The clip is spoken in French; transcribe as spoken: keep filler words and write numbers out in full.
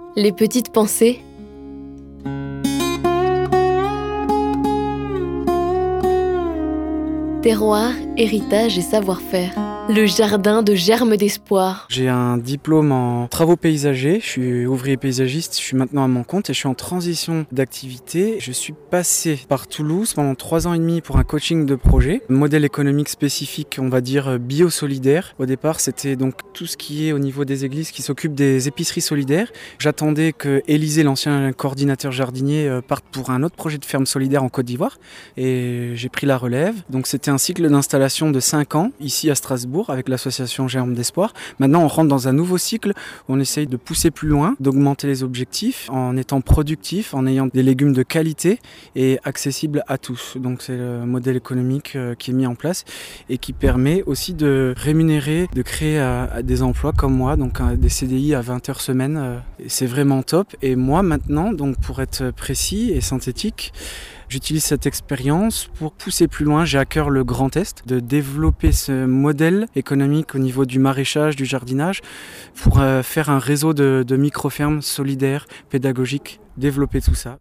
Les petites pensées. Terroir, héritage et savoir-faire. Le jardin de germes d'espoir. J'ai un diplôme en travaux paysagers, je suis ouvrier paysagiste, je suis maintenant à mon compte et je suis en transition d'activité. Je suis passé par Toulouse pendant trois ans et demi pour un coaching de projet, modèle économique spécifique, on va dire bio-solidaire. Au départ, c'était donc tout ce qui est au niveau des églises qui s'occupent des épiceries solidaires. J'attendais que Élisée, l'ancien coordinateur jardinier, parte pour un autre projet de ferme solidaire en Côte d'Ivoire et j'ai pris la relève. Donc c'était un cycle d'installation de cinq ans ici à Strasbourg avec l'association Germes d'Espoir. Maintenant, on rentre dans un nouveau cycle où on essaye de pousser plus loin, d'augmenter les objectifs en étant productif, en ayant des légumes de qualité et accessibles à tous. Donc c'est le modèle économique qui est mis en place et qui permet aussi de rémunérer, de créer des emplois comme moi, donc des C D I à vingt heures semaine. C'est vraiment top. Et moi maintenant, donc pour être précis et synthétique, j'utilise cette expérience pour pousser plus loin. J'ai à cœur le Grand Est, de développer ce modèle économique au niveau du maraîchage, du jardinage, pour faire un réseau de, de micro-fermes solidaires, pédagogiques, développer tout ça.